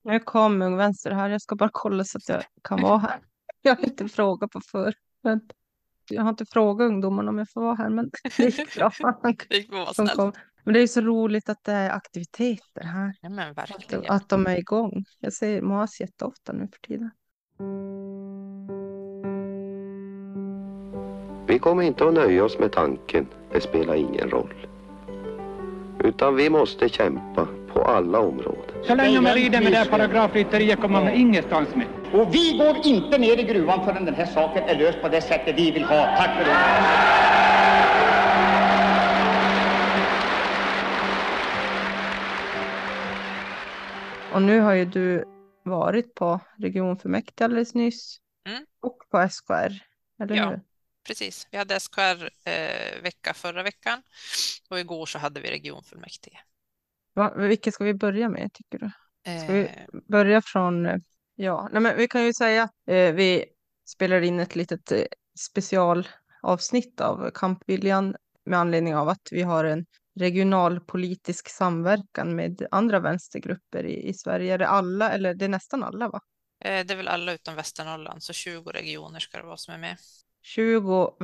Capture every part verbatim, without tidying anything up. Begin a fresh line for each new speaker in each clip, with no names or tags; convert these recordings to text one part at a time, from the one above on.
Nu kom Ung Vänster här. Jag ska bara kolla så att jag kan vara här. Jag har inte frågat på för. Jag har inte frågat ungdomarna om jag får vara här, men det gick bra.
Det gick bra,
De
snällt.
kom. Men det är så roligt att det är aktiviteter här.
Ja, men
Att,
verkligen.
att de är igång. Jag ser Moas jätteofta nu för tiden.
Vi kommer inte att nöja oss med tanken, det spelar ingen roll. Utan vi måste kämpa på alla områden.
Så länge man rider med det här paragrafrytteriet kommer man ingenstans med.
Och vi går inte ner i gruvan förrän den här saken är löst på det sättet vi vill ha. Tack för det.
Och nu har ju du varit på regionfullmäktige alldeles nyss.
Mm.
Och på S K R, eller
Ja.
hur?
Precis, vi hade S K R eh, vecka förra veckan och igår så hade vi regionfullmäktige.
Va, vilket ska vi börja med, tycker du? Ska vi
Eh,
börja från... eh, Ja, nej, men vi kan ju säga att eh, vi spelar in ett litet eh, specialavsnitt av Kampviljan med anledning av att vi har en regionalpolitisk samverkan med andra vänstergrupper i, i Sverige. Är det alla, eller det är nästan alla, va?
eh, det är väl alla utom Västernorrland, så tjugo regioner ska det vara som är med.
tjugo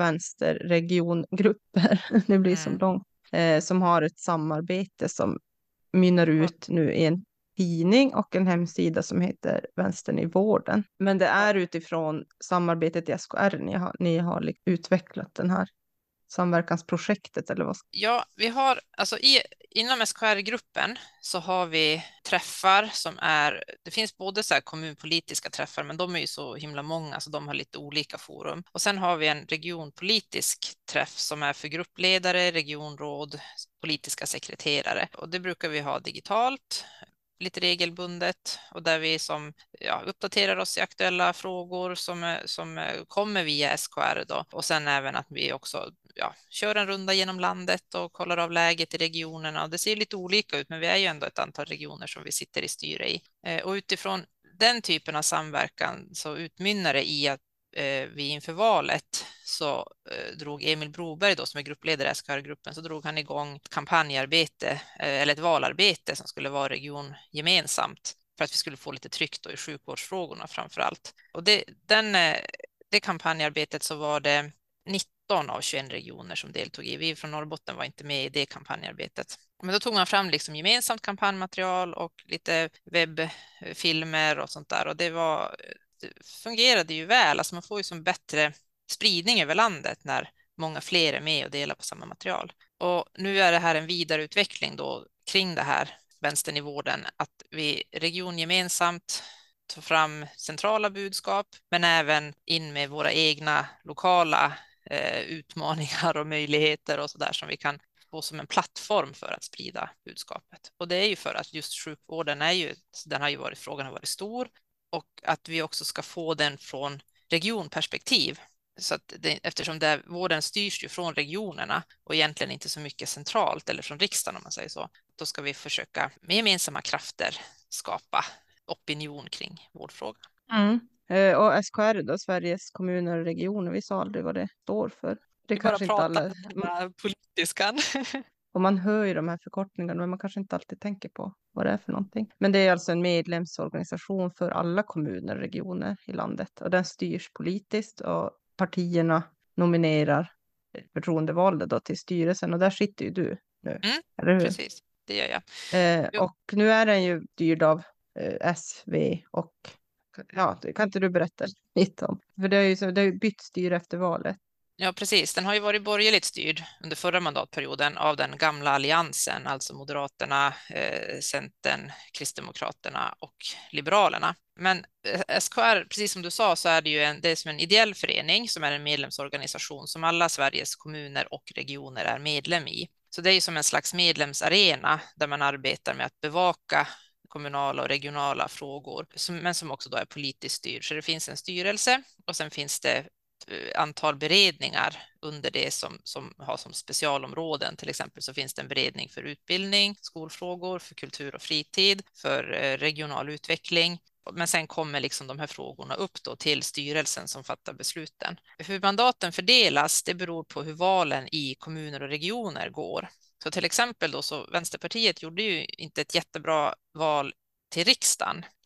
vänsterregiongrupper, det blir som
Mm.
långt, eh, som har ett samarbete som mynnar ut nu i en tidning och en hemsida som heter Vänstern i vården. Men det är utifrån samarbetet i S K R ni har, ni har liksom utvecklat den här samverkansprojektet, eller vad?
Ja, vi har, alltså i, inom S K R-gruppen så har vi träffar som är, det finns både så här kommunpolitiska träffar, men de är ju så himla många så de har lite olika forum. Och sen har vi en regionpolitisk träff som är för gruppledare, regionråd, politiska sekreterare. Och det brukar vi ha digitalt, lite regelbundet, och där vi som ja, uppdaterar oss i aktuella frågor som, som kommer via S K R då. Och sen även att vi också ja, kör en runda genom landet och kollar av läget i regionerna. Och det ser lite olika ut, men vi är ju ändå ett antal regioner som vi sitter i styre i. Eh, och utifrån den typen av samverkan så utmynnar det i att eh, vi inför valet så eh, drog Emil Broberg då, som är gruppledare i S K R-gruppen, så drog han igång ett kampanjarbete eh, eller ett valarbete som skulle vara regiongemensamt för att vi skulle få lite tryck då i sjukvårdsfrågorna framför allt. Och det, den, eh, det kampanjarbetet så var det nitton av tjugoett regioner som deltog i. Vi från Norrbotten var inte med i det kampanjarbetet. Men då tog man fram liksom gemensamt kampanjmaterial och lite webbfilmer och sånt där. Och det, var, det fungerade ju väl. Alltså man får ju som bättre spridning över landet när många fler är med och delar på samma material. Och nu är det här en vidareutveckling då kring det här vänstern i vården, att vi regiongemensamt tar fram centrala budskap, men även in med våra egna lokala eh, utmaningar och möjligheter och så där som vi kan få som en plattform för att sprida budskapet. Och det är ju för att just sjukvården är ju, den har ju varit, frågan har varit stor, och att vi också ska få den från regionperspektiv. Så att det, eftersom det, vården styrs ju från regionerna och egentligen inte så mycket centralt eller från riksdagen om man säger så, då ska vi försöka med gemensamma krafter skapa opinion kring vårdfrågan.
Mm. Eh, och S K R då, Sveriges kommuner och regioner, vi sa aldrig vad det står för. Det
Vi
kanske
bara
inte
pratar
alla...
politiskan.
Och man hör ju de här förkortningarna, men man kanske inte alltid tänker på vad det är för någonting. Men det är alltså en medlemsorganisation för alla kommuner och regioner i landet. Och den styrs politiskt och partierna nominerar förtroendevalda då till styrelsen. Och där sitter ju du nu,
Mm,
eller hur?
precis, det gör jag.
Eh,
Jo.
och nu är den ju styrd av eh, S, V och... Ja, det kan inte du berätta lite om? För det är ju så, det har ju bytt styre efter valet.
Ja, precis. Den har ju varit borgerligt styrd under förra mandatperioden av den gamla alliansen, alltså Moderaterna, eh, Centern, Kristdemokraterna och Liberalerna. Men eh, S K R, precis som du sa, så är det ju en, det är som en ideell förening som är en medlemsorganisation som alla Sveriges kommuner och regioner är medlem i. Så det är ju som en slags medlemsarena där man arbetar med att bevaka kommunala och regionala frågor, som, men som också då är politiskt styrd. Så det finns en styrelse och sen finns det antal beredningar under det som, som har som specialområden. Till exempel så finns det en beredning för utbildning, skolfrågor, för kultur och fritid, för regional utveckling. Men sen kommer liksom de här frågorna upp då till styrelsen som fattar besluten. Hur mandaten fördelas, det beror på hur valen i kommuner och regioner går. Så till exempel då så Vänsterpartiet gjorde ju inte ett jättebra val till riksdagen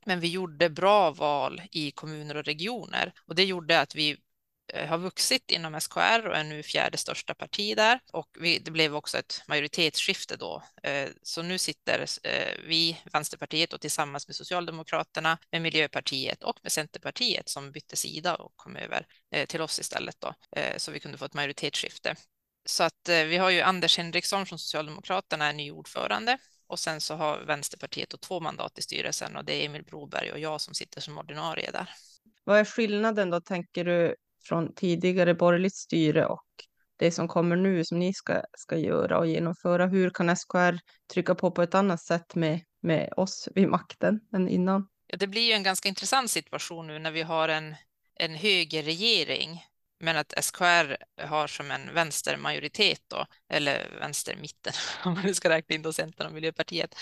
Men vi gjorde bra val i kommuner och regioner och det gjorde att vi har vuxit inom S K R och är nu fjärde största parti där och vi, det blev också ett majoritetsskifte då. Så nu sitter vi, Vänsterpartiet, och tillsammans med Socialdemokraterna, med Miljöpartiet och med Centerpartiet som bytte sida och kom över till oss istället då, så vi kunde få ett majoritetsskifte. Så att vi har ju Anders Henriksson från Socialdemokraterna är ny ordförande och sen så har Vänsterpartiet då två mandat i styrelsen och det är Emil Broberg och jag som sitter som ordinarie där.
Vad är skillnaden då, tänker du, från tidigare borgerligt styre och det som kommer nu som ni ska, ska göra och genomföra? Hur kan S K R trycka på på ett annat sätt med, med oss vid makten än innan?
Ja, det blir ju en ganska intressant situation nu när vi har en, en högerregering men att S K R har som en vänstermajoritet då, eller vänstermitten om man ska räkna in då Centern och Miljöpartiet.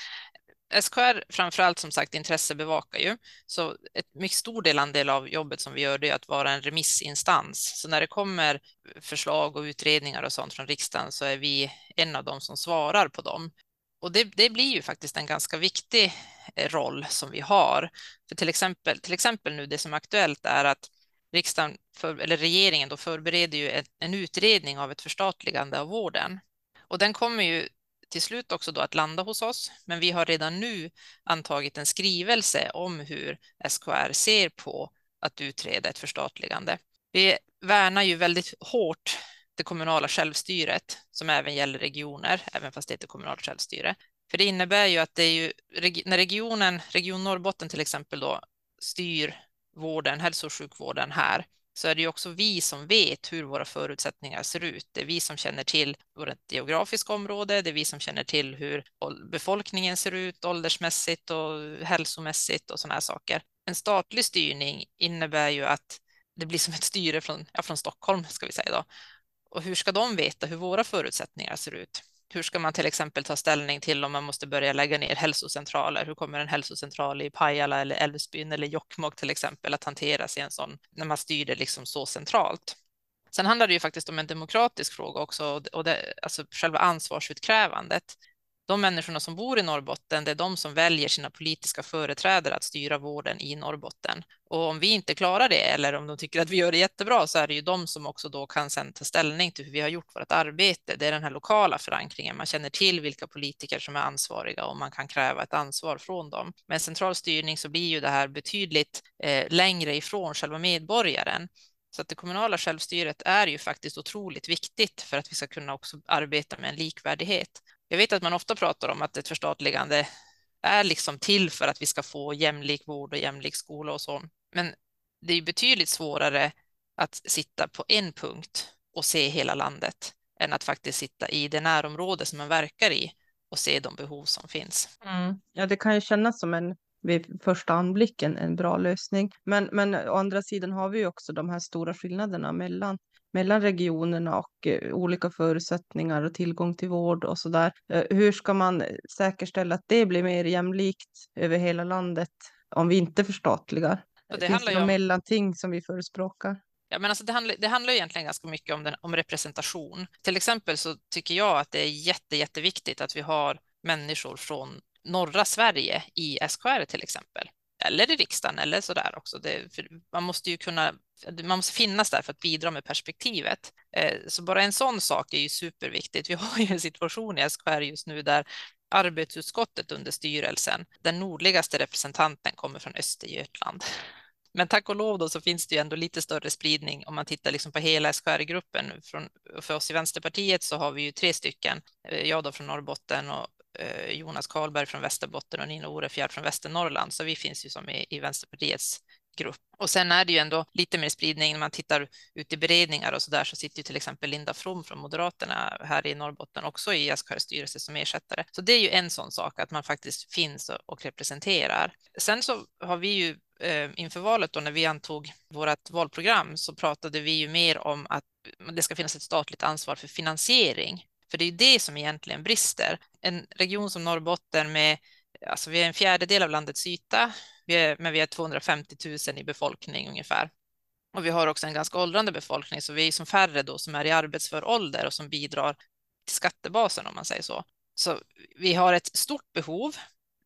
S K R framförallt som sagt intresse bevakar ju, så ett mycket stor del andel av jobbet som vi gör det är att vara en remissinstans. Så när det kommer förslag och utredningar och sånt från riksdagen så är vi en av dem som svarar på dem. Och det, det blir ju faktiskt en ganska viktig roll som vi har. För till exempel, till exempel nu det som är aktuellt är att riksdagen för, eller regeringen då förbereder ju en, en utredning av ett förstatligande av vården. Och den kommer ju till slut också då att landa hos oss, men vi har redan nu antagit en skrivelse om hur S K R ser på att utreda ett förstatligande. Vi värnar ju väldigt hårt det kommunala självstyret som även gäller regioner, även fast det heter kommunalt självstyre. För det innebär ju att det är ju, när regionen, Region Norrbotten till exempel då styr vården, hälso- och sjukvården här, så är det ju också vi som vet hur våra förutsättningar ser ut. Det är vi som känner till vårt geografiska område, det är vi som känner till hur befolkningen ser ut åldersmässigt och hälsomässigt och sådana här saker. En statlig styrning innebär ju att det blir som ett styre från, ja, från Stockholm ska vi säga då. Och hur ska de veta hur våra förutsättningar ser ut? Hur ska man till exempel ta ställning till om man måste börja lägga ner hälsocentraler? Hur kommer en hälsocentral i Pajala eller Älvsbyn eller Jokkmokk till exempel att hanteras i en sån, när man styr det liksom så centralt? Sen handlar det ju faktiskt om en demokratisk fråga också, och det, alltså själva ansvarsutkrävandet. De människorna som bor i Norrbotten, det är de som väljer sina politiska företrädare att styra vården i Norrbotten. Och om vi inte klarar det, eller om de tycker att vi gör det jättebra, så är det ju de som också då kan sen ta ställning till hur vi har gjort vårt arbete. Det är den här lokala förankringen. Man känner till vilka politiker som är ansvariga och man kan kräva ett ansvar från dem. Med central styrning så blir ju det här betydligt eh, längre ifrån själva medborgaren. Så att det kommunala självstyret är ju faktiskt otroligt viktigt för att vi ska kunna också arbeta med en likvärdighet. Jag vet att man ofta pratar om att ett förstatligande är liksom till för att vi ska få jämlik vård och jämlik skola och så. Men det är betydligt svårare att sitta på en punkt och se hela landet än att faktiskt sitta i det närområde som man verkar i och se de behov som finns.
Mm. Ja, det kan ju kännas som en vid första anblicken en bra lösning. Men, men å andra sidan har vi ju också de här stora skillnaderna mellan, mellan regionerna och eh, olika förutsättningar och tillgång till vård och sådär. Eh, hur ska man säkerställa att det blir mer jämlikt över hela landet om vi inte förstatligar?
Och det
Finns
handlar
det
ju om...
några mellanting som vi förespråkar?
Ja, men alltså det, handlar, det handlar egentligen ganska mycket om, den, om representation. Till exempel så tycker jag att det är jätte, jätteviktigt att vi har människor från norra Sverige i S K R till exempel. Eller i riksdagen eller sådär också. Det, för man måste ju kunna, man måste finnas där för att bidra med perspektivet. Eh, så bara en sån sak är ju superviktigt. Vi har ju en situation i S K R just nu där arbetsutskottet under styrelsen, den nordligaste representanten kommer från Östergötland. Men tack och lov då så finns det ju ändå lite större spridning om man tittar liksom på hela S K R-gruppen. Från, för oss i Vänsterpartiet så har vi ju tre stycken, jag då från Norrbotten och eh, Jonas Karlberg från Västerbotten och Nina Orefjärd från Västernorrland. Så vi finns ju som i, i Vänsterpartiets grupp. Och sen är det ju ändå lite mer spridning när man tittar ut i beredningar och så där, så sitter ju till exempel Linda From från Moderaterna här i Norrbotten också i S K R:s styrelse som ersättare. Så det är ju en sån sak att man faktiskt finns och, och representerar. Sen så har vi ju inför valet då när vi antog vårt valprogram så pratade vi ju mer om att det ska finnas ett statligt ansvar för finansiering. För det är ju det som egentligen brister. En region som Norrbotten med, alltså vi är en fjärdedel av landets yta, vi är, men vi är tvåhundrafemtio tusen i befolkning ungefär. Och vi har också en ganska åldrande befolkning, så vi är som färre då som är i arbetsför ålder och som bidrar till skattebasen om man säger så. Så vi har ett stort behov.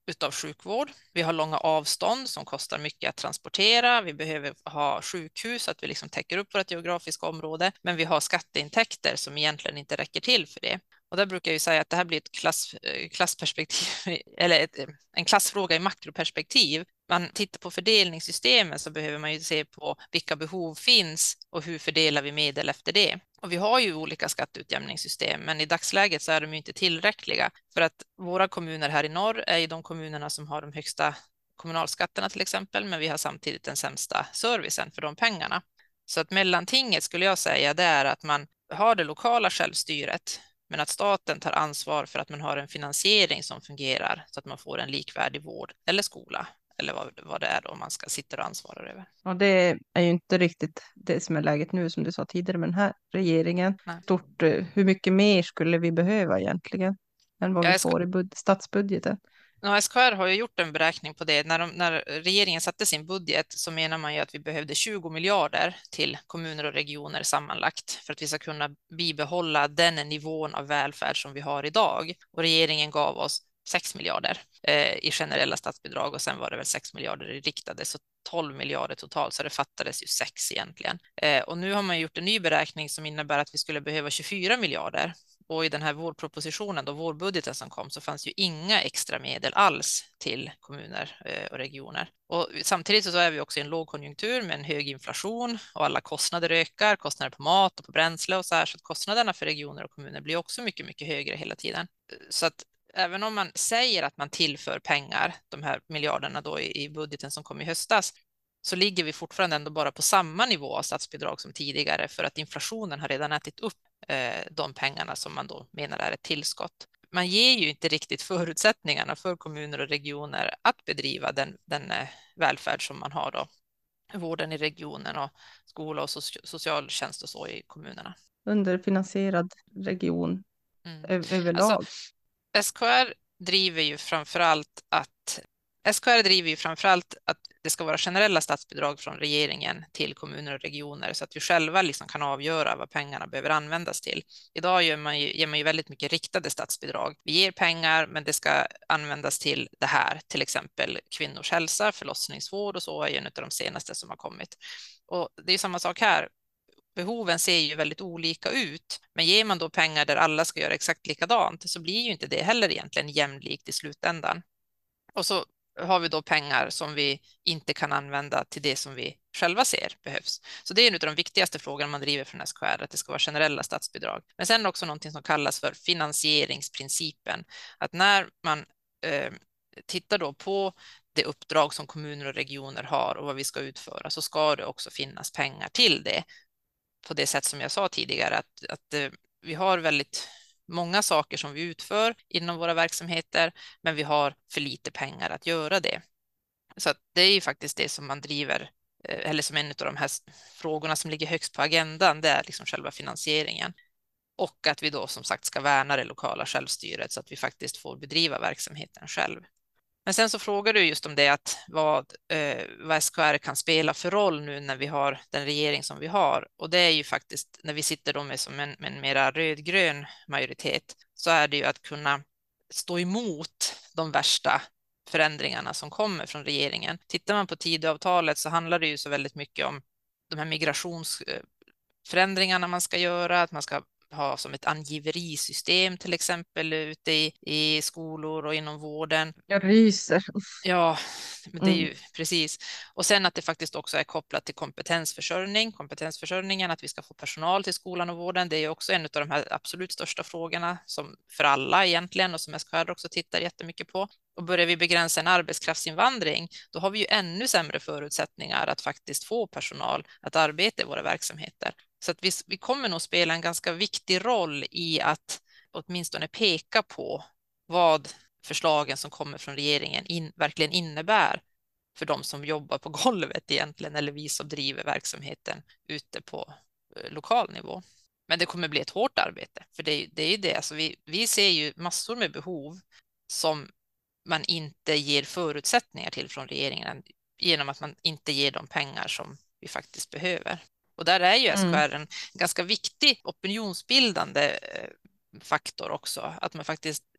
utav sjukvård. Vi har långa avstånd som kostar mycket att transportera. Vi behöver ha sjukhus så att vi liksom täcker upp vårt geografiska område. Men vi har skatteintäkter som egentligen inte räcker till för det. Och där brukar jag ju säga att det här blir ett klass, klassperspektiv, eller ett, en klassfråga i makroperspektiv. Man tittar på fördelningssystemen så behöver man ju se på vilka behov finns och hur fördelar vi medel efter det. Och vi har ju olika skatteutjämningssystem, men i dagsläget så är de ju inte tillräckliga för att våra kommuner här i norr är ju de kommunerna som har de högsta kommunalskatterna till exempel, men vi har samtidigt den sämsta servicen för de pengarna. Så att mellantinget skulle jag säga det är att man har det lokala självstyret, men att staten tar ansvar för att man har en finansiering som fungerar så att man får en likvärdig vård eller skola eller vad, vad det är då man ska sitta och ansvara över.
Och det är ju inte riktigt det som är läget nu som du sa tidigare med den här regeringen.
Nej.
Stort, hur mycket mer skulle vi behöva egentligen än vad
Ja,
vi
ska...
får i bud- statsbudgeten?
Ja, S K R har ju gjort en beräkning på det. När, de, när regeringen satte sin budget så menar man ju att vi behövde tjugo miljarder till kommuner och regioner sammanlagt för att vi ska kunna bibehålla den nivån av välfärd som vi har idag. Och regeringen gav oss sex miljarder eh, i generella statsbidrag och sen var det väl sex miljarder i riktade, så tolv miljarder totalt, så det fattades ju sex egentligen. Eh, och nu har man gjort en ny beräkning som innebär att vi skulle behöva tjugofyra miljarder. Och i den här vårpropositionen, då vårbudgeten som kom, så fanns ju inga extra medel alls till kommuner och regioner. Och samtidigt så är vi också i en lågkonjunktur med en hög inflation och alla kostnader ökar, kostnader på mat och på bränsle och så här, så att kostnaderna för regioner och kommuner blir också mycket, mycket högre hela tiden. Så att även om man säger att man tillför pengar, de här miljarderna då i budgeten som kom i höstas, så ligger vi fortfarande ändå bara på samma nivå av statsbidrag som tidigare för att inflationen har redan ätit upp eh, de pengarna som man då menar är ett tillskott. Man ger ju inte riktigt förutsättningarna för kommuner och regioner att bedriva den, den eh, välfärd som man har då, vården i regionen och skola och so- socialtjänst och så i kommunerna.
Underfinansierad region
Mm.
ö- överlag.
Alltså, S K R driver ju framförallt att S K R driver ju framförallt att det ska vara generella statsbidrag från regeringen till kommuner och regioner så att vi själva liksom kan avgöra vad pengarna behöver användas till. Idag gör man ju, ger man ju väldigt mycket riktade statsbidrag. Vi ger pengar, men det ska användas till det här, till exempel kvinnors hälsa, förlossningsvård och så är ju en av de senaste som har kommit. Och det är samma sak här. Behoven ser ju väldigt olika ut, men ger man då pengar där alla ska göra exakt likadant så blir ju inte det heller egentligen jämlikt i slutändan. Och så har vi då pengar som vi inte kan använda till det som vi själva ser behövs. Så det är en av de viktigaste frågorna man driver från S K R, att det ska vara generella statsbidrag. Men sen också någonting som kallas för finansieringsprincipen. Att när man eh, tittar då på det uppdrag som kommuner och regioner har och vad vi ska utföra så ska det också finnas pengar till det. På det sätt som jag sa tidigare, att, att eh, vi har väldigt många saker som vi utför inom våra verksamheter, men vi har för lite pengar att göra det. Så att det är ju faktiskt det som man driver, eller som en av de här frågorna som ligger högst på agendan, det är liksom själva finansieringen. Och att vi då som sagt ska värna det lokala självstyret så att vi faktiskt får bedriva verksamheten själv. Men sen så frågar du just om det att vad, eh, vad S K R kan spela för roll nu när vi har den regering som vi har. Och det är ju faktiskt när vi sitter då med som en, med en mera rödgrön majoritet så är det ju att kunna stå emot de värsta förändringarna som kommer från regeringen. Tittar man på Tidöavtalet så handlar det ju så väldigt mycket om de här migrationsförändringarna man ska göra, att man ska ha som ett angiverisystem till exempel ute i, i skolor och inom vården.
Jag ryser.
Ja, men det är ju
Mm.
precis. Och sen att det faktiskt också är kopplat till kompetensförsörjning. Kompetensförsörjningen, att vi ska få personal till skolan och vården, det är ju också en av de här absolut största frågorna som för alla egentligen och som S K R också tittar jättemycket på. Och börjar vi begränsa en arbetskraftsinvandring, då har vi ju ännu sämre förutsättningar att faktiskt få personal att arbeta i våra verksamheter. Så att vi, vi kommer nog spela en ganska viktig roll i att åtminstone peka på vad förslagen som kommer från regeringen in, verkligen innebär för de som jobbar på golvet egentligen, eller vi som driver verksamheten ute på eh, lokal nivå. Men det kommer bli ett hårt arbete, för det, det är ju det. Alltså vi, vi ser ju massor med behov som man inte ger förutsättningar till från regeringen genom att man inte ger de pengar som vi faktiskt behöver. Och där är ju S K R en ganska viktig opinionsbildande faktor också, att man faktiskt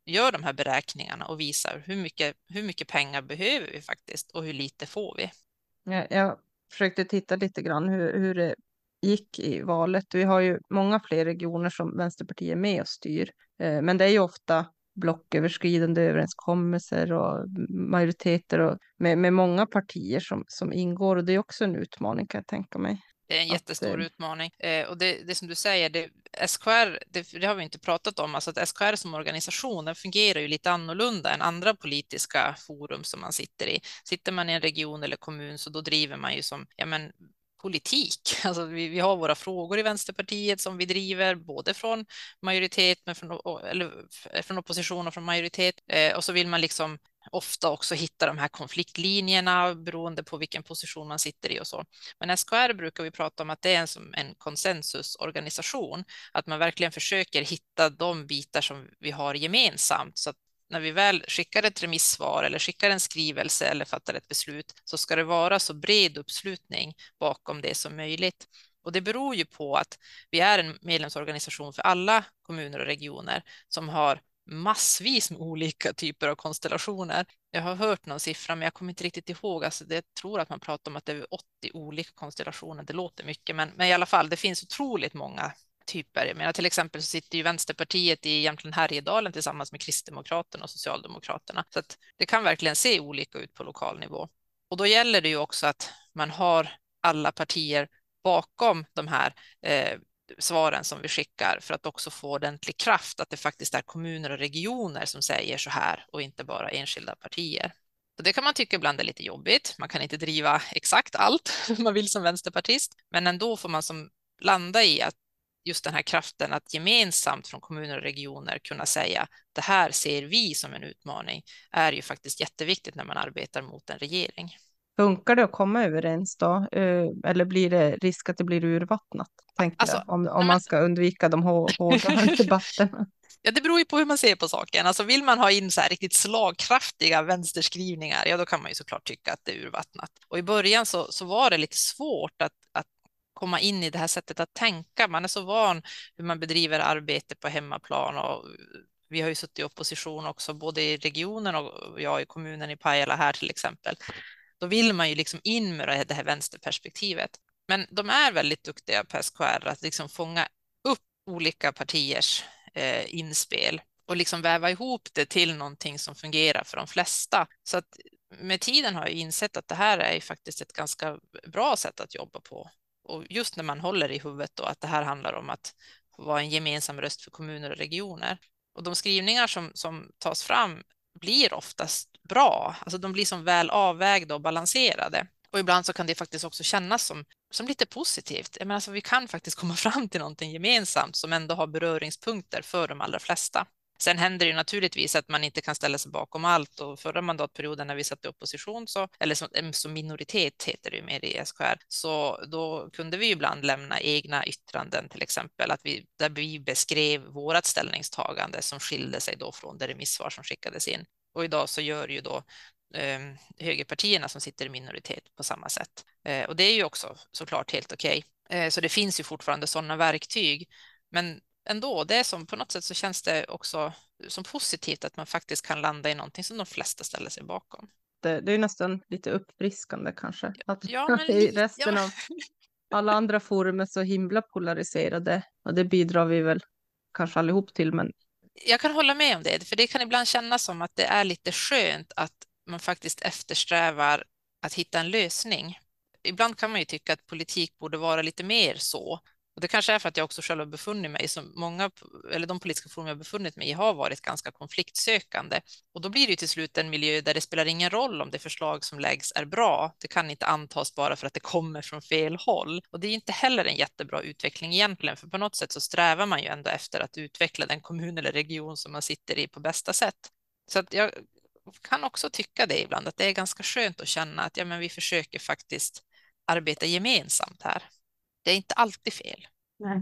gör de här beräkningarna och visar hur mycket, hur mycket pengar behöver vi faktiskt och hur lite får vi.
Jag, jag försökte titta lite grann hur, hur det gick i valet. Vi har ju många fler regioner som Vänsterpartiet är med och styr. Eh, men det är ju ofta blocköverskridande överenskommelser och majoriteter och med, med många partier som, som ingår. Och det är också en utmaning kan jag tänka mig.
Det är en jättestor
Att, eh,
utmaning. Eh, och det, det som du säger, det, S K R, det, det har vi inte pratat om, alltså att S K R som organisation, den fungerar ju lite annorlunda än andra politiska forum som man sitter i. Sitter man i en region eller kommun så då driver man ju som, ja men, politik. Alltså vi, vi har våra frågor i Vänsterpartiet som vi driver både från majoritet men från, eller från opposition och från majoritet. Eh, och så vill man liksom ofta också hitta de här konfliktlinjerna beroende på vilken position man sitter i och så. Men S K R brukar vi prata om att det är en, som en konsensusorganisation, att man verkligen försöker hitta de bitar som vi har gemensamt, så att när vi väl skickar ett remissvar eller skickar en skrivelse eller fattar ett beslut så ska det vara så bred uppslutning bakom det som möjligt. Och det beror ju på att vi är en medlemsorganisation för alla kommuner och regioner som har massvis med olika typer av konstellationer. Jag har hört någon siffra men jag kommer inte riktigt ihåg. Alltså det, jag tror att man pratar om att det är åttio olika konstellationer. Det låter mycket men, men i alla fall det finns otroligt många typer. Jag menar, till exempel så sitter ju Vänsterpartiet i Jämtland Härjedalen tillsammans med Kristdemokraterna och Socialdemokraterna. Så att det kan verkligen se olika ut på lokal nivå. Och då gäller det ju också att man har alla partier bakom de här eh, svaren som vi skickar för att också få ordentlig kraft, att det faktiskt är kommuner och regioner som säger så här och inte bara enskilda partier. Så det kan man tycka ibland är lite jobbigt. Man kan inte driva exakt allt man vill som vänsterpartist, men ändå får man som landa i att just den här kraften att gemensamt från kommuner och regioner kunna säga det här ser vi som en utmaning är ju faktiskt jätteviktigt när man arbetar mot en regering.
Funkar det att komma överens då? Eller blir det risk att det blir urvattnat? Tänker
Alltså,
jag, om, om
nej, men...
man ska undvika de hårda debatterna.
Ja, det beror ju på hur man ser på saken. Alltså vill man ha in så här riktigt slagkraftiga vänsterskrivningar, ja då kan man ju såklart tycka att det är urvattnat. Och i början så, så var det lite svårt att, att komma in i det här sättet att tänka. Man är så van hur man bedriver arbete på hemmaplan och vi har ju suttit i opposition också, både i regionen och jag i kommunen i Pajala här till exempel. Då vill man ju liksom in med det här vänsterperspektivet. Men de är väldigt duktiga på S K R att liksom fånga upp olika partiers eh, inspel och liksom väva ihop det till någonting som fungerar för de flesta. Så att med tiden har jag insett att det här är faktiskt ett ganska bra sätt att jobba på. Och just när man håller i huvudet då att det här handlar om att vara en gemensam röst för kommuner och regioner. Och de skrivningar som, som tas fram blir oftast bra. Alltså de blir som väl avvägda och balanserade. Och ibland så kan det faktiskt också kännas som, som lite positivt. Jag menar, alltså, vi kan faktiskt komma fram till någonting gemensamt som ändå har beröringspunkter för de allra flesta. Sen händer det ju naturligtvis att man inte kan ställa sig bakom allt och förra mandatperioden när vi satt i opposition så, eller som, som minoritet heter det ju mer i S K R, så då kunde vi ju ibland lämna egna yttranden till exempel att vi, där vi beskrev vårat ställningstagande som skilde sig då från det remissvar som skickades in. Och idag så gör ju då eh, högerpartierna som sitter i minoritet på samma sätt. Eh, och det är ju också såklart helt okej. Eh, så det finns ju fortfarande sådana verktyg. Men ändå, det är som på något sätt så känns det också som positivt att man faktiskt kan landa i någonting som de flesta ställer sig bakom.
Det, det är nästan lite uppfriskande kanske. Att
ja, men
i resten
ja.
av alla andra forum är så himla polariserade. Och det bidrar vi väl kanske allihop till. Men...
Jag kan hålla med om det, för det kan ibland kännas som att det är lite skönt att man faktiskt eftersträvar att hitta en lösning. Ibland kan man ju tycka att politik borde vara lite mer så. Och det kanske är för att jag också själv har befunnit mig, som många, eller de politiska forum jag har befunnit mig i har varit ganska konfliktsökande. Och då blir det ju till slut en miljö där det spelar ingen roll om det förslag som läggs är bra. Det kan inte antas bara för att det kommer från fel håll. Och det är inte heller en jättebra utveckling egentligen, för på något sätt så strävar man ju ändå efter att utveckla den kommun eller region som man sitter i på bästa sätt. Så att jag kan också tycka det ibland, att det är ganska skönt att känna att ja, men vi försöker faktiskt arbeta gemensamt här. Det är inte alltid fel.
Nej.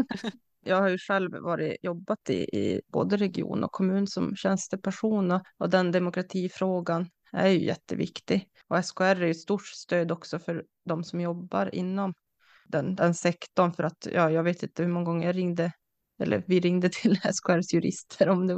Jag har ju själv varit, jobbat i, i både region och kommun som tjänsteperson och, och den demokratifrågan är ju jätteviktig. Och S K R är ju ett stort stöd också för de som jobbar inom den, den sektorn, för att ja, jag vet inte hur många gånger jag ringde, eller vi ringde till S K R:s jurister om det var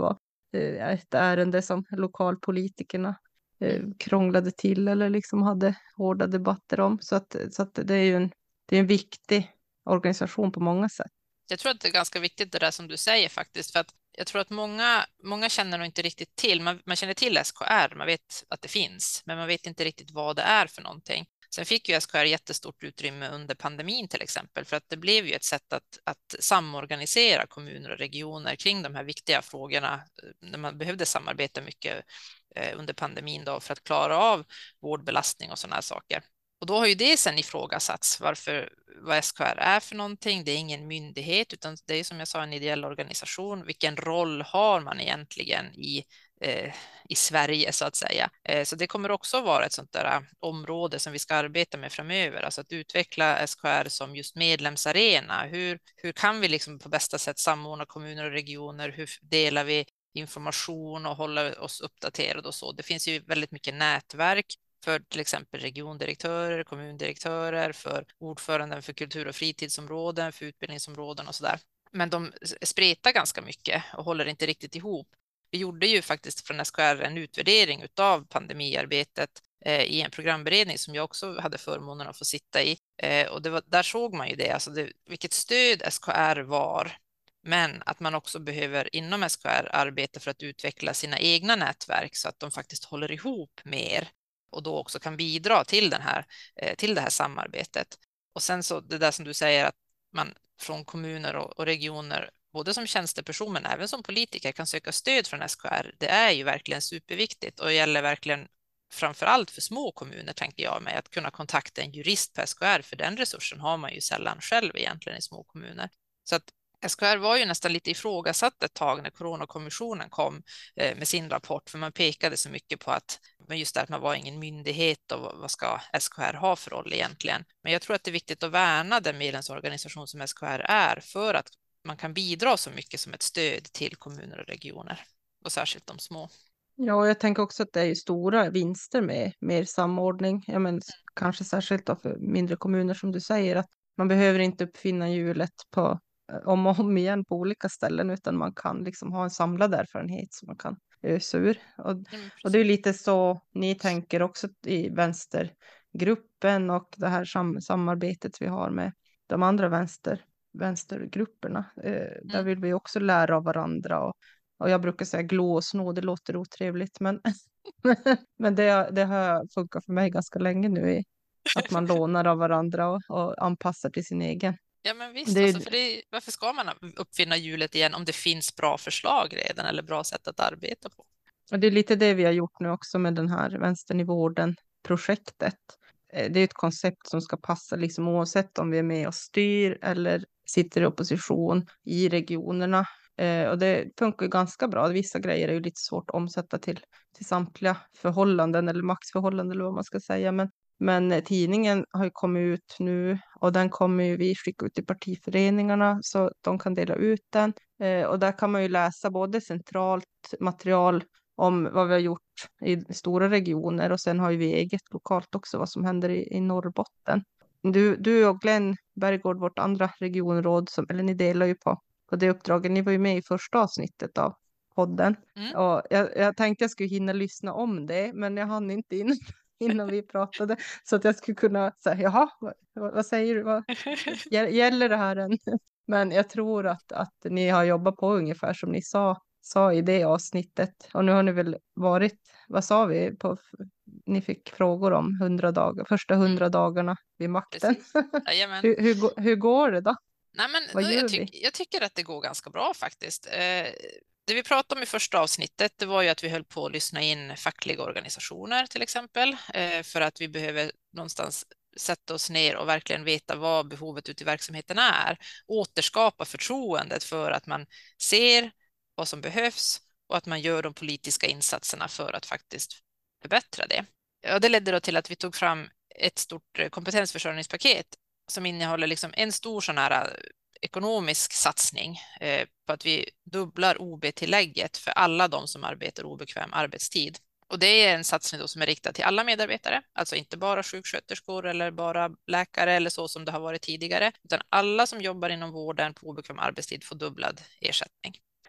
eh, ett ärende som lokalpolitikerna eh, krånglade till eller liksom hade hårda debatter om. Så att, så att det är ju en, det är en viktig organisation på många sätt.
Jag tror att det är ganska viktigt det där som du säger faktiskt, för att jag tror att många, många känner nog inte riktigt till, man, man känner till S K R, man vet att det finns, men man vet inte riktigt vad det är för någonting. Sen fick ju S K R jättestort utrymme under pandemin till exempel, för att det blev ju ett sätt att, att samorganisera kommuner och regioner kring de här viktiga frågorna, när man behövde samarbeta mycket under pandemin då för att klara av vårdbelastning och sådana här saker. Och då har ju det sen ifrågasatts varför, vad S K R är för någonting. Det är ingen myndighet utan det är som jag sa en ideell organisation. Vilken roll har man egentligen i, eh, i Sverige så att säga? Eh, så det kommer också vara ett sånt där uh, område som vi ska arbeta med framöver. Alltså att utveckla S K R som just medlemsarena. Hur, hur kan vi liksom på bästa sätt samordna kommuner och regioner? Hur delar vi information och håller oss uppdaterade och så? Det finns ju väldigt mycket nätverk för till exempel regiondirektörer, kommundirektörer, för ordföranden för kultur- och fritidsområden, för utbildningsområden och sådär. Men de spretar ganska mycket och håller inte riktigt ihop. Vi gjorde ju faktiskt från S K R en utvärdering av pandemiarbetet eh, i en programberedning som jag också hade förmånen att få sitta i. Eh, och det var, där såg man ju det, alltså det, vilket stöd S K R var. Men att man också behöver inom S K R arbeta för att utveckla sina egna nätverk så att de faktiskt håller ihop mer och då också kan bidra till, den här, till det här samarbetet. Och sen så det där som du säger att man från kommuner och regioner, både som tjänsteperson men även som politiker kan söka stöd från S K R. Det är ju verkligen superviktigt och gäller verkligen framförallt för små kommuner tänker jag mig att kunna kontakta en jurist på S K R för den resursen har man ju sällan själv egentligen i små kommuner. Så att S K R var ju nästan lite ifrågasatt ett tag när Coronakommissionen kom med sin rapport för man pekade så mycket på att just det att man var ingen myndighet och vad ska S K R ha för roll egentligen. Men jag tror att det är viktigt att värna den medlemsorganisation som S K R är för att man kan bidra så mycket som ett stöd till kommuner och regioner och särskilt de små.
Ja, och jag tänker också att det är ju stora vinster med mer samordning. Ja, men kanske särskilt då för mindre kommuner som du säger att man behöver inte uppfinna hjulet på om och om igen på olika ställen utan man kan liksom ha en samlad erfarenhet som man kan ösa ur. Och, mm, och det är lite så ni tänker också i vänstergruppen och det här sam samarbetet vi har med de andra vänster, vänstergrupperna. Eh, mm. Där vill vi också lära av varandra och, och jag brukar säga glå och snå, det låter otrevligt men, men det, det har funkat för mig ganska länge nu i att man lånar av varandra och, och anpassar till sin egen.
Ja men visst,
det...
alltså, för det, varför ska man uppfinna hjulet igen om det finns bra förslag redan eller bra sätt att arbeta på?
Och det är lite det vi har gjort nu också med den här Vänstern i vården-projektet. Det är ett koncept som ska passa liksom oavsett om vi är med och styr eller sitter i opposition i regionerna. Och det funkar ju ganska bra. Vissa grejer är ju lite svårt att omsätta till, till samtliga förhållanden eller maxförhållanden eller vad man ska säga. Men Men tidningen har ju kommit ut nu och den kommer ju vi skicka ut till partiföreningarna så de kan dela ut den. Eh, och där kan man ju läsa både centralt material om vad vi har gjort i stora regioner och sen har ju vi eget lokalt också vad som händer i, i Norrbotten. Du, du och Glenn Berggård, vårt andra regionråd, som, eller ni delar ju på, på det uppdraget. Ni var ju med i första avsnittet av podden. Mm. Och jag, jag tänkte jag skulle hinna lyssna om det men jag hann inte in. Innan vi pratade så att jag skulle kunna säga jaha, vad, vad säger du? Vad, gäller det här än? Men jag tror att, att ni har jobbat på ungefär som ni sa, sa i det avsnittet. Och nu har ni väl varit, vad sa vi? På, ni fick frågor om hundra dagar, första hundra dagarna vid makten. hur, hur, hur går det då?
Nej, men, vad gör jag, ty vi? jag tycker att det går ganska bra faktiskt. Eh, Det vi pratade om i första avsnittet det var ju att vi höll på att lyssna in fackliga organisationer till exempel för att vi behöver någonstans sätta oss ner och verkligen veta vad behovet ute i verksamheten är. Återskapa förtroendet för att man ser vad som behövs och att man gör de politiska insatserna för att faktiskt förbättra det. Och det ledde då till att vi tog fram ett stort kompetensförsörjningspaket som innehåller liksom en stor sån här ekonomisk satsning eh, på att vi dubblar O B-tillägget för alla de som arbetar obekväm arbetstid. Och det är en satsning då som är riktad till alla medarbetare, alltså inte bara sjuksköterskor eller bara läkare eller så som det har varit tidigare, utan alla som jobbar inom vården på obekväm arbetstid får dubblad ersättning.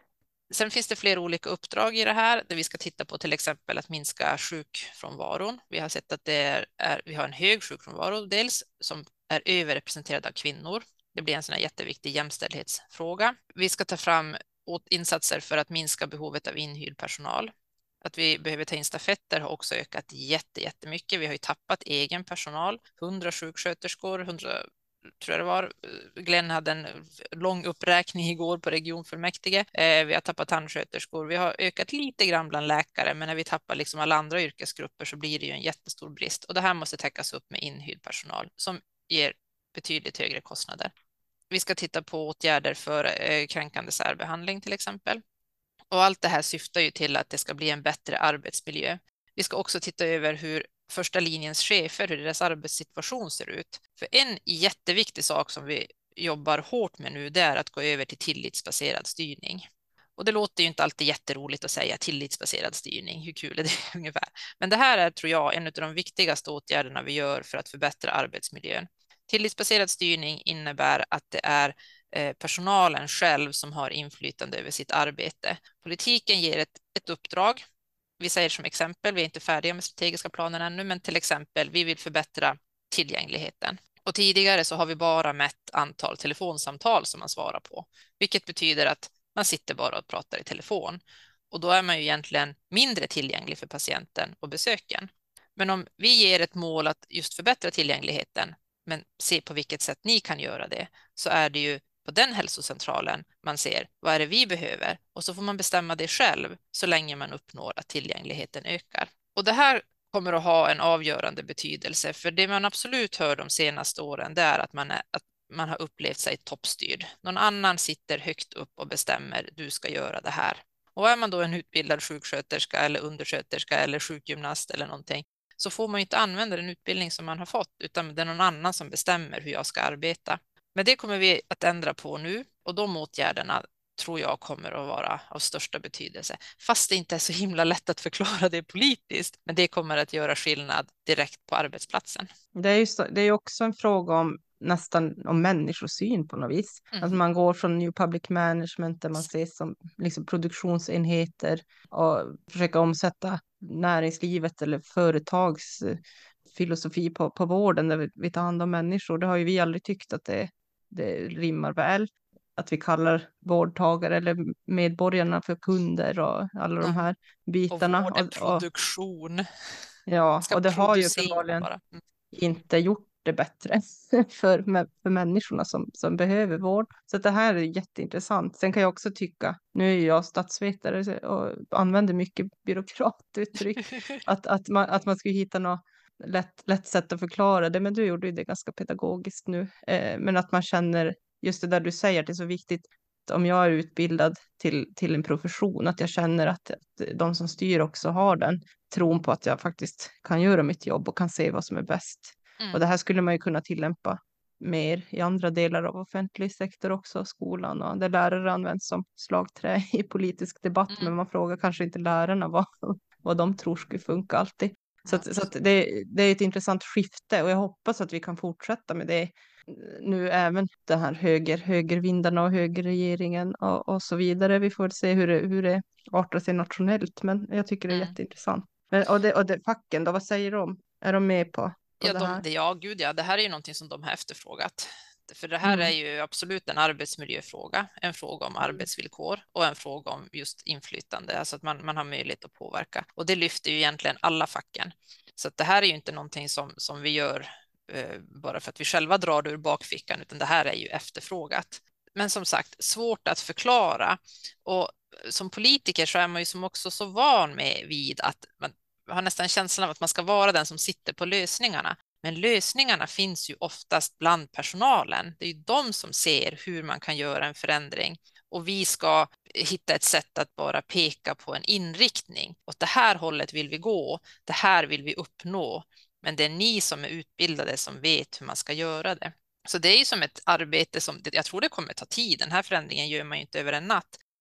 Sen finns det flera olika uppdrag i det här där vi ska titta på till exempel att minska sjukfrånvaron. Vi har sett att det är, är, vi har en hög sjukfrånvaro dels som är överrepresenterad av kvinnor. Det blir en sån här jätteviktig jämställdhetsfråga. Vi ska ta fram insatser för att minska behovet av inhyrd personal. Att vi behöver ta in stafetter har också ökat jätte, jättemycket. Vi har ju tappat egen personal, hundra sjuksköterskor, hundra tror jag det var. Glenn hade en lång uppräkning igår på regionfullmäktige. Eh, vi har tappat tandsköterskor. Vi har ökat lite grann bland läkare, men när vi tappar liksom alla andra yrkesgrupper så blir det ju en jättestor brist. Och det här måste täckas upp med inhyrd personal som ger betydligt högre kostnader. Vi ska titta på åtgärder för eh, kränkande särbehandling till exempel. Och allt det här syftar ju till att det ska bli en bättre arbetsmiljö. Vi ska också titta över hur första linjens chefer, hur deras arbetssituation ser ut. För en jätteviktig sak som vi jobbar hårt med nu, det är att gå över till tillitsbaserad styrning. Och det låter ju inte alltid jätteroligt att säga tillitsbaserad styrning, hur kul är det ungefär? Men det här är, tror jag, en av de viktigaste åtgärderna vi gör för att förbättra arbetsmiljön. Tillitsbaserad styrning innebär att det är personalen själv som har inflytande över sitt arbete. Politiken ger ett, ett uppdrag. Vi säger som exempel, vi är inte färdiga med strategiska planen ännu, men till exempel vi vill förbättra tillgängligheten. Och tidigare så har vi bara mätt antal telefonsamtal som man svarar på, vilket betyder att man sitter bara och pratar i telefon. Och då är man ju egentligen mindre tillgänglig för patienten och besöken. Men om vi ger ett mål att just förbättra tillgängligheten, men se på vilket sätt ni kan göra det, så är det ju på den hälsocentralen man ser vad är det vi behöver och så får man bestämma det själv så länge man uppnår att tillgängligheten ökar. Och det här kommer att ha en avgörande betydelse, för det man absolut hör de senaste åren det är att man, är, att man har upplevt sig toppstyrd. Någon annan sitter högt upp och bestämmer du ska göra det här. Och är man då en utbildad sjuksköterska eller undersköterska eller sjukgymnast eller någonting, så får man ju inte använda den utbildning som man har fått, utan det är någon annan som bestämmer hur jag ska arbeta. Men det kommer vi att ändra på nu, och de åtgärderna tror jag kommer att vara av största betydelse. Fast det inte är så himla lätt att förklara det politiskt, men det kommer att göra skillnad direkt på arbetsplatsen.
Det är ju så, det är också en fråga om nästan om människosyn på något vis.
Mm.
Att man går från new public management där man ses som liksom produktionsenheter och försöka omsätta näringslivet eller företags filosofi på, på vården där vi, vi tar hand om människor. Det har ju vi aldrig tyckt att det, det rimmar väl. Att vi kallar vårdtagare eller medborgarna för kunder och alla de här bitarna.
Och vård är produktion.
Ja, och det har ju uppenbarligen
bara. Mm.
inte gjort det bättre för, för människorna som, som behöver vård. Så det här är jätteintressant. Sen kan jag också tycka, nu är jag statsvetare och använder mycket byråkratuttryck, att, att, man, att man ska hitta något lätt, lätt sätt att förklara det, men du gjorde ju det ganska pedagogiskt nu. Eh, men att man känner, just det där du säger, att det är så viktigt om jag är utbildad till, till en profession, att jag känner att, att de som styr också har den tron på att jag faktiskt kan göra mitt jobb och kan se vad som är bäst. Mm. Och det här skulle man ju kunna tillämpa mer i andra delar av offentlig sektor också, skolan, och där lärare används som slagträ i politisk debatt, mm. men man frågar kanske inte lärarna vad, vad de tror skulle funka alltid. Så, att, så att det, det är ett intressant skifte, och jag hoppas att vi kan fortsätta med det nu, även den här höger, högervindarna och högerregeringen och, och så vidare. Vi får se hur det, hur det artar sig nationellt, men jag tycker det är mm. jätteintressant. Men, och, det, och det, facken då, vad säger de? Är de med på, på
ja,
det
de,
här?
det, ja, gud ja, det här är ju någonting som de har efterfrågat. För det här mm. är ju absolut en arbetsmiljöfråga, en fråga om mm. arbetsvillkor och en fråga om just inflytande, alltså att man, man har möjlighet att påverka. Och det lyfter ju egentligen alla facken. Så att det här är ju inte någonting som, som vi gör eh, bara för att vi själva drar det ur bakfickan, utan det här är ju efterfrågat. Men som sagt, svårt att förklara. Och som politiker så är man ju som också så van med vid att man har nästan känslan av att man ska vara den som sitter på lösningarna. Men lösningarna finns ju oftast bland personalen. Det är ju de som ser hur man kan göra en förändring. Och vi ska hitta ett sätt att bara peka på en inriktning. Åt det här hållet vill vi gå, det här vill vi uppnå. Men det är ni som är utbildade som vet hur man ska göra det. Så det är ju som ett arbete som, jag tror det kommer ta tid. Den här förändringen gör man ju inte över en natt.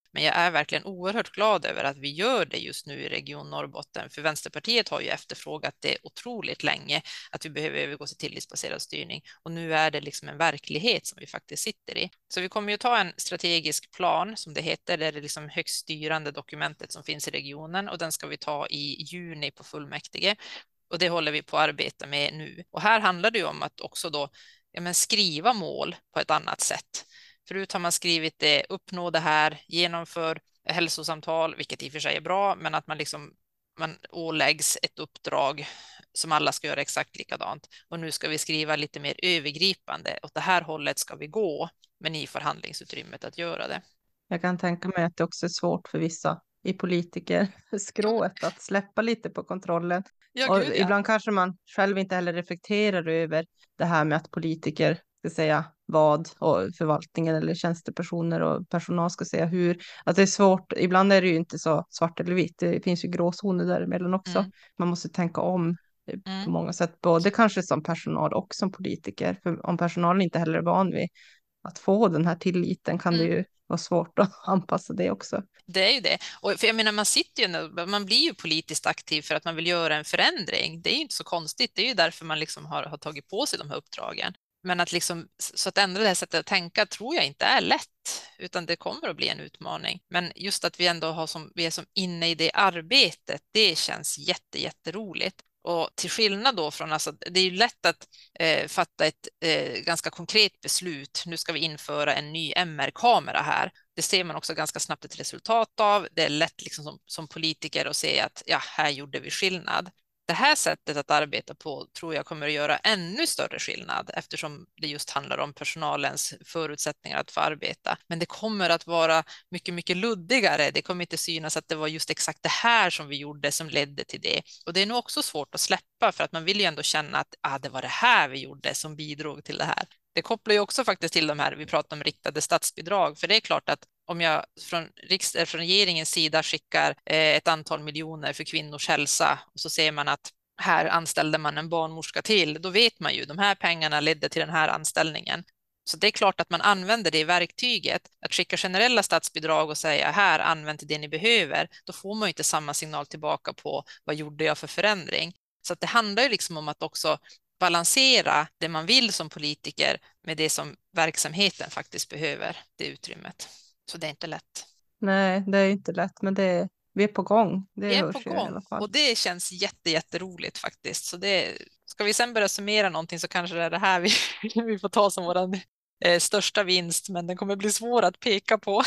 Men jag är verkligen oerhört glad över att vi gör det just nu i Region Norrbotten, för Vänsterpartiet har ju efterfrågat det otroligt länge, att vi behöver övergå till tillitsbaserad styrning, och nu är det liksom en verklighet som vi faktiskt sitter i. Så vi kommer ju ta en strategisk plan, som det heter, det är det liksom högst styrande dokumentet som finns i regionen, och den ska vi ta i juni på fullmäktige. Och det håller vi på att arbeta med nu. Och här handlar det ju om att också då ja, men skriva mål på ett annat sätt. Förut har man skrivit det, uppnå det här, genomför hälsosamtal, vilket i och för sig är bra, men att man liksom man åläggs ett uppdrag som alla ska göra exakt likadant. Och nu ska vi skriva lite mer övergripande. Åt det här hållet ska vi gå, men ni får handlingsutrymmet att göra det.
Jag kan tänka mig att det också är svårt för vissa i politikerskrået att släppa lite på kontrollen.
Ja,
Och
gud, ja.
ibland kanske man själv inte heller reflekterar över det här med att politiker ska säga vad och förvaltningen eller tjänstepersoner och personal ska säga hur. Att det är svårt, ibland är det ju inte så svart eller vitt, det finns ju gråzoner däremellan också.
Mm.
Man måste tänka om
Mm.
på många sätt, både kanske som personal och som politiker. För om personalen inte heller är van vid att få den här tilliten kan
Mm.
det ju vara svårt att anpassa det också.
Det är ju det. Och för jag menar, man sitter ju, man blir ju politiskt aktiv för att man vill göra en förändring. Det är ju inte så konstigt. Det är ju därför man liksom har, har tagit på sig de här uppdragen. Men att liksom, så att ändra det här sättet att tänka tror jag inte är lätt, utan det kommer att bli en utmaning. Men just att vi ändå har som, vi är som inne i det arbetet, det känns jätte, jätteroligt. Och till skillnad då från, alltså, det är ju lätt att eh, fatta ett eh, ganska konkret beslut. Nu ska vi införa en ny M R-kamera här. Det ser man också ganska snabbt ett resultat av. Det är lätt liksom som, som politiker att se att ja, här gjorde vi skillnad. Det här sättet att arbeta på tror jag kommer att göra ännu större skillnad, eftersom det just handlar om personalens förutsättningar att få arbeta. Men det kommer att vara mycket, mycket luddigare. Det kommer inte synas att det var just exakt det här som vi gjorde som ledde till det. Och det är nog också svårt att släppa, för att man vill ju ändå känna att ah, det var det här vi gjorde som bidrog till det här. Det kopplar ju också faktiskt till de här, vi pratar om riktade statsbidrag, för det är klart att om jag från, riks- från regeringens sida skickar eh, ett antal miljoner för kvinnors hälsa, och så ser man att här anställde man en barnmorska till, då vet man ju de här pengarna ledde till den här anställningen. Så det är klart att man använder det verktyget, att skicka generella statsbidrag och säga här, använd det ni behöver, då får man ju inte samma signal tillbaka på vad gjorde jag för förändring. Så att det handlar ju liksom om att också balansera det man vill som politiker med det som verksamheten faktiskt behöver, det utrymmet. Så det är inte lätt.
Nej, det är inte lätt, men det är, vi är på gång. Det
Vi är
hörs
på
ju i
gång
alla fall.
och det känns jätte, jätteroligt faktiskt. Så det, ska vi sen börja summera någonting så kanske det är det här vi, vi får ta som vår eh, största vinst, men den kommer bli svår att peka på.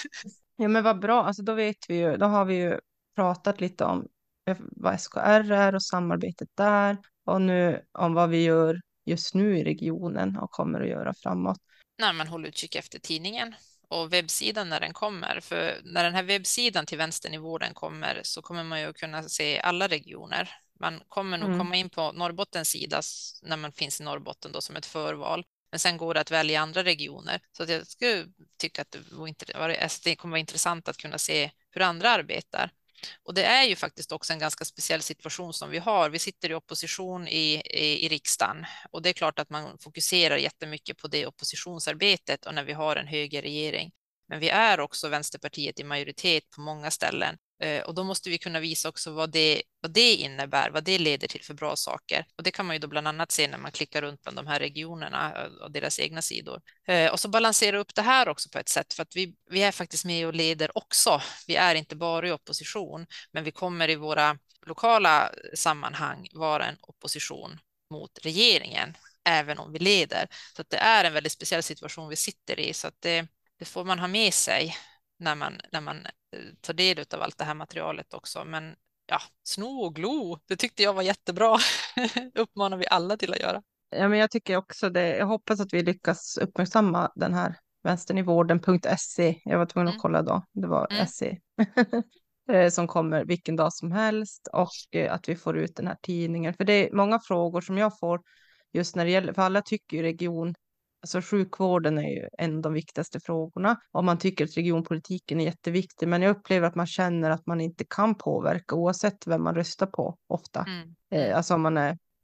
Ja, men vad bra. Alltså, då vet vi ju, då har vi ju pratat lite om vad S K R är och samarbetet där, och nu om vad vi gör just nu i regionen och kommer att göra framåt.
När man håller utkik efter tidningen och webbsidan när den kommer. För när den här webbsidan till vänsternivå den kommer, så kommer man ju kunna se alla regioner. Man kommer nog
Mm.
komma in på Norrbottens sida när man finns i Norrbotten då som ett förval. Men sen går det att välja andra regioner. Så att jag skulle tycka att det, var, alltså det kommer vara intressant att kunna se hur andra arbetar. Och det är ju faktiskt också en ganska speciell situation som vi har. Vi sitter i opposition i, i, i riksdagen, och det är klart att man fokuserar jättemycket på det oppositionsarbetet och när vi har en högerregering. Men vi är också Vänsterpartiet i majoritet på många ställen, och då måste vi kunna visa också vad det, vad det innebär, vad det leder till för bra saker. Och det kan man ju då bland annat se när man klickar runt bland de här regionerna och deras egna sidor. Och så balansera upp det här också på ett sätt, för att vi, vi är faktiskt med och leder också. Vi är inte bara i opposition, men vi kommer i våra lokala sammanhang vara en opposition mot regeringen, även om vi leder. Så att det är en väldigt speciell situation vi sitter i, så att det, det får man ha med sig när man, när man tar del av allt det här materialet också. Men ja, sno och glo, det tyckte jag var jättebra. Uppmanar vi alla till att göra.
Ja, men jag tycker också det. Jag hoppas att vi lyckas uppmärksamma den här vänsternivården punkt se. Jag var tvungen att
Mm.
kolla då. Det var
Mm.
se. Som kommer vilken dag som helst, och att vi får ut den här tidningen. För det är många frågor som jag får just när det gäller, för alla tycker ju region, alltså sjukvården är ju en av de viktigaste frågorna, och man tycker att regionpolitiken är jätteviktig, men jag upplever att man känner att man inte kan påverka oavsett vem man röstar på ofta.
Mm.
Eh, alltså om man är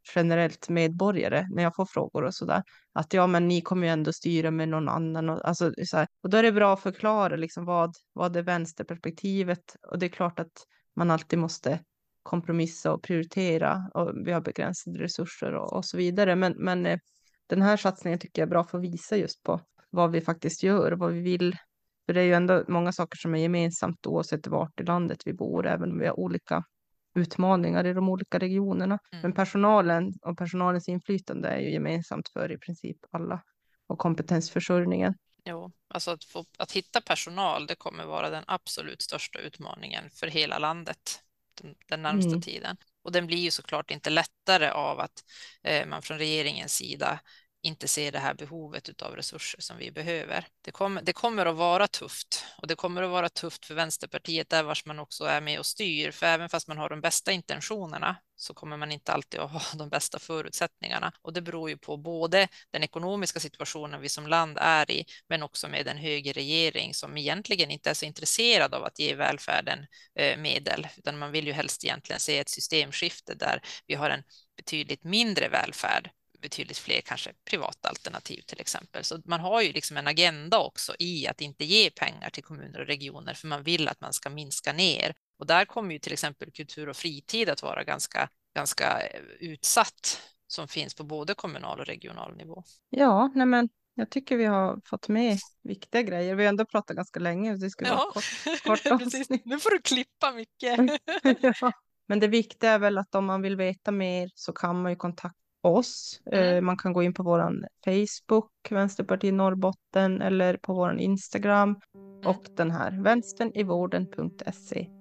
generellt medborgare när jag får frågor och sådär. Att ja, men ni kommer ju ändå styra med någon annan. Och, alltså, så här. Och då är det bra att förklara liksom vad, vad är vänsterperspektivet. Och det är klart att man alltid måste kompromissa och prioritera. Och vi har begränsade resurser och, och så vidare. Men, men eh, den här satsningen tycker jag är bra för att visa just på vad vi faktiskt gör och vad vi vill. För det är ju ändå många saker som är gemensamt oavsett vart i landet vi bor, även om vi har olika utmaningar i de olika regionerna.
Mm.
Men personalen och personalens inflytande är ju gemensamt för i princip alla, och kompetensförsörjningen.
Jo, alltså att, få, att hitta personal, det kommer vara den absolut största utmaningen för hela landet den, den närmsta
Mm.
tiden. Och den blir ju såklart inte lättare av att eh, man från regeringens sida inte ser det här behovet av resurser som vi behöver. Det kommer, det kommer att vara tufft, och det kommer att vara tufft för Vänsterpartiet där vars man också är med och styr, för även fast man har de bästa intentionerna så kommer man inte alltid att ha de bästa förutsättningarna, och det beror ju på både den ekonomiska situationen vi som land är i, men också med en högerregering som egentligen inte är så intresserad av att ge välfärden eh, medel, utan man vill ju helst egentligen se ett systemskifte där vi har en betydligt mindre välfärd, betydligt fler kanske privata alternativ till exempel. Så man har ju liksom en agenda också i att inte ge pengar till kommuner och regioner, för man vill att man ska minska ner. Och där kommer ju till exempel kultur och fritid att vara ganska, ganska utsatt, som finns på både kommunal och regional nivå.
Ja, nej men jag tycker vi har fått med viktiga grejer. Vi har ändå pratat ganska länge. Det skulle
Ja,
vara kort, kort
precis. Nu får du klippa mycket.
Ja. Men det viktiga är väl att om man vill veta mer så kan man ju kontakta oss.
Mm.
Eh, man kan gå in på våran Facebook, Vänsterpartiet Norrbotten, eller på våran Instagram
Mm.
och den här vänsternivården punkt se.